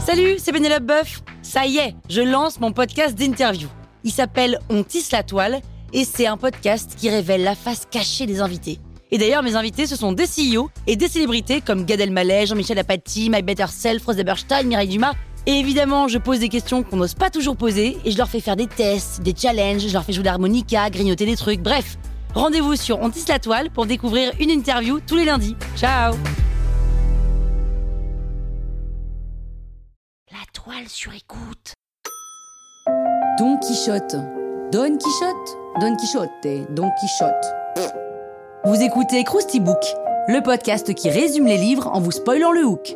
Salut, c'est Pénélope Boeuf. Ça y est, je lance mon podcast d'interview. Il s'appelle On tisse la toile et c'est un podcast qui révèle la face cachée des invités. Et d'ailleurs, mes invités, ce sont des CEO et des célébrités comme Gad Elmaleh, Jean-Michel Apathy, My Better Self, Rose Eberstein, Mireille Dumas. Et évidemment, je pose des questions qu'on n'ose pas toujours poser et je leur fais faire des tests, des challenges, je leur fais jouer de l'harmonica, grignoter des trucs, bref. Rendez-vous sur On tisse la toile pour découvrir une interview tous les lundis. Ciao! La toile sur écoute. Don Quichotte. Don Quichotte. Don Quichotte. Don Quichotte. Vous écoutez Krusty Book, le podcast qui résume les livres en vous spoilant le hook.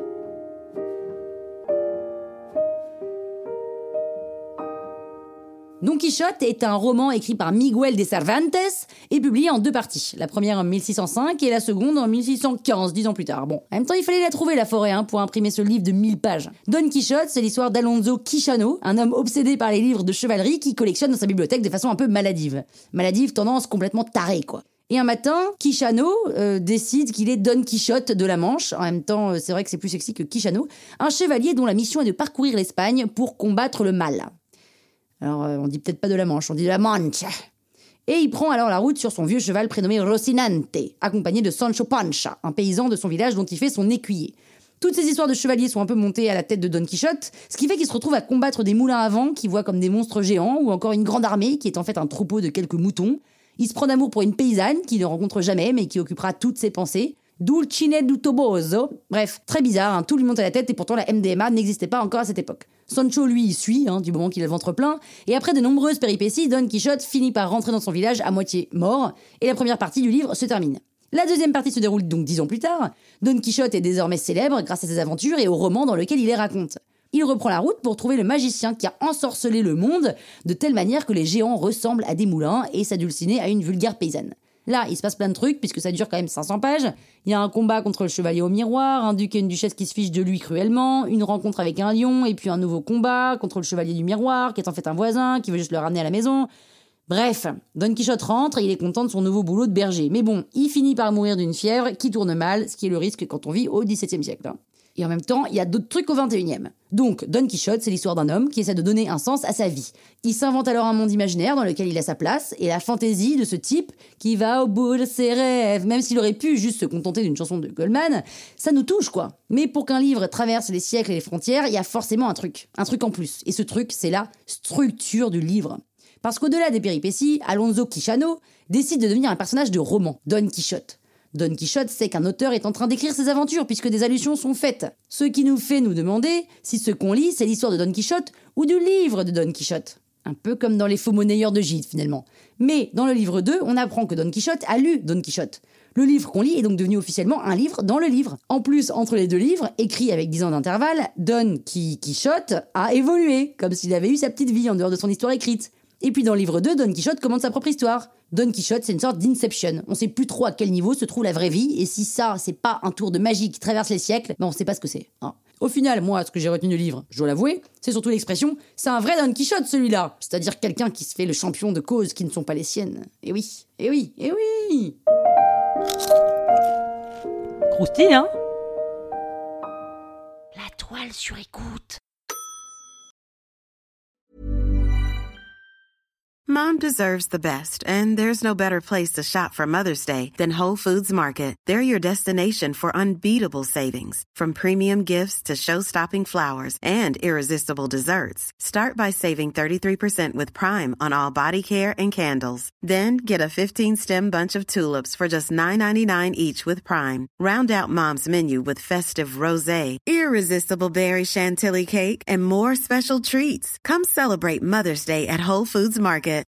Don Quichotte est un roman écrit par Miguel de Cervantes et publié en 2 parties. La première en 1605 et la seconde en 1615, 10 ans plus tard. Bon, en même temps, il fallait la trouver, la forêt, pour imprimer ce livre de 1000 pages. Don Quichotte, c'est l'histoire d'Alonso Quixano, un homme obsédé par les livres de chevalerie qui collectionne dans sa bibliothèque de façon un peu maladive. Maladive, tendance complètement tarée, quoi. Et un matin, Quixano décide qu'il est Don Quichotte de la Manche. En même temps, c'est vrai que c'est plus sexy que Quixano. Un chevalier dont la mission est de parcourir l'Espagne pour combattre le mal. Alors, on dit peut-être pas de la Manche, on dit de la Mancha. Et il prend alors la route sur son vieux cheval prénommé Rocinante, accompagné de Sancho Panza, un paysan de son village dont il fait son écuyer. Toutes ces histoires de chevaliers sont un peu montées à la tête de Don Quichotte, ce qui fait qu'il se retrouve à combattre des moulins à vent qu'il voit comme des monstres géants, ou encore une grande armée qui est en fait un troupeau de quelques moutons. Il se prend d'amour pour une paysanne qu'il ne rencontre jamais, mais qui occupera toutes ses pensées. Dulcinea du Toboso. Bref, très bizarre, tout lui monte à la tête et pourtant la MDMA n'existait pas encore à cette époque. Sancho, lui, il suit, du moment qu'il a le ventre plein, et après de nombreuses péripéties, Don Quichotte finit par rentrer dans son village à moitié mort, et la première partie du livre se termine. La deuxième partie se déroule donc 10 ans plus tard. Don Quichotte est désormais célèbre grâce à ses aventures et au roman dans lequel il les raconte. Il reprend la route pour trouver le magicien qui a ensorcelé le monde de telle manière que les géants ressemblent à des moulins et sa Dulcinée à une vulgaire paysanne. Là, il se passe plein de trucs, puisque ça dure quand même 500 pages. Il y a un combat contre le chevalier au miroir, un duc et une duchesse qui se fichent de lui cruellement, une rencontre avec un lion, et puis un nouveau combat contre le chevalier du miroir, qui est en fait un voisin, qui veut juste le ramener à la maison. Bref, Don Quichotte rentre et il est content de son nouveau boulot de berger. Mais bon, il finit par mourir d'une fièvre qui tourne mal, ce qui est le risque quand on vit au XVIIe siècle. Et en même temps, il y a d'autres trucs au XXIe. Donc, Don Quichotte, c'est l'histoire d'un homme qui essaie de donner un sens à sa vie. Il s'invente alors un monde imaginaire dans lequel il a sa place, et la fantaisie de ce type qui va au bout de ses rêves, même s'il aurait pu juste se contenter d'une chanson de Goldman, ça nous touche, quoi. Mais pour qu'un livre traverse les siècles et les frontières, il y a forcément un truc en plus. Et ce truc, c'est la structure du livre. Parce qu'au-delà des péripéties, Alonso Quixano décide de devenir un personnage de roman, Don Quichotte. Don Quichotte sait qu'un auteur est en train d'écrire ses aventures puisque des allusions sont faites. Ce qui nous fait nous demander si ce qu'on lit, c'est l'histoire de Don Quichotte ou du livre de Don Quichotte. Un peu comme dans Les Faux Monnayeurs de Gide, finalement. Mais dans le livre 2, on apprend que Don Quichotte a lu Don Quichotte. Le livre qu'on lit est donc devenu officiellement un livre dans le livre. En plus, entre les 2 livres, écrits avec 10 ans d'intervalle, Don Quichotte a évolué, comme s'il avait eu sa petite vie en dehors de son histoire écrite. Et puis dans le livre 2, Don Quichotte commence sa propre histoire. Don Quichotte, c'est une sorte d'Inception. On sait plus trop à quel niveau se trouve la vraie vie, et si ça, c'est pas un tour de magie qui traverse les siècles, on sait pas ce que c'est. Au final, moi, ce que j'ai retenu du livre, je dois l'avouer, c'est surtout l'expression « c'est un vrai Don Quichotte, celui-là », c'est-à-dire quelqu'un qui se fait le champion de causes qui ne sont pas les siennes. Et oui, et oui, et oui. Croustille, hein? La toile sur écoute. Mom deserves the best, and there's no better place to shop for Mother's Day than Whole Foods Market. They're your destination for unbeatable savings, from premium gifts to show-stopping flowers and irresistible desserts. Start by saving 33% with Prime on all body care and candles. Then get a 15-stem bunch of tulips for just $9.99 each with Prime. Round out Mom's menu with festive rosé, irresistible berry chantilly cake, and more special treats. Come celebrate Mother's Day at Whole Foods Market.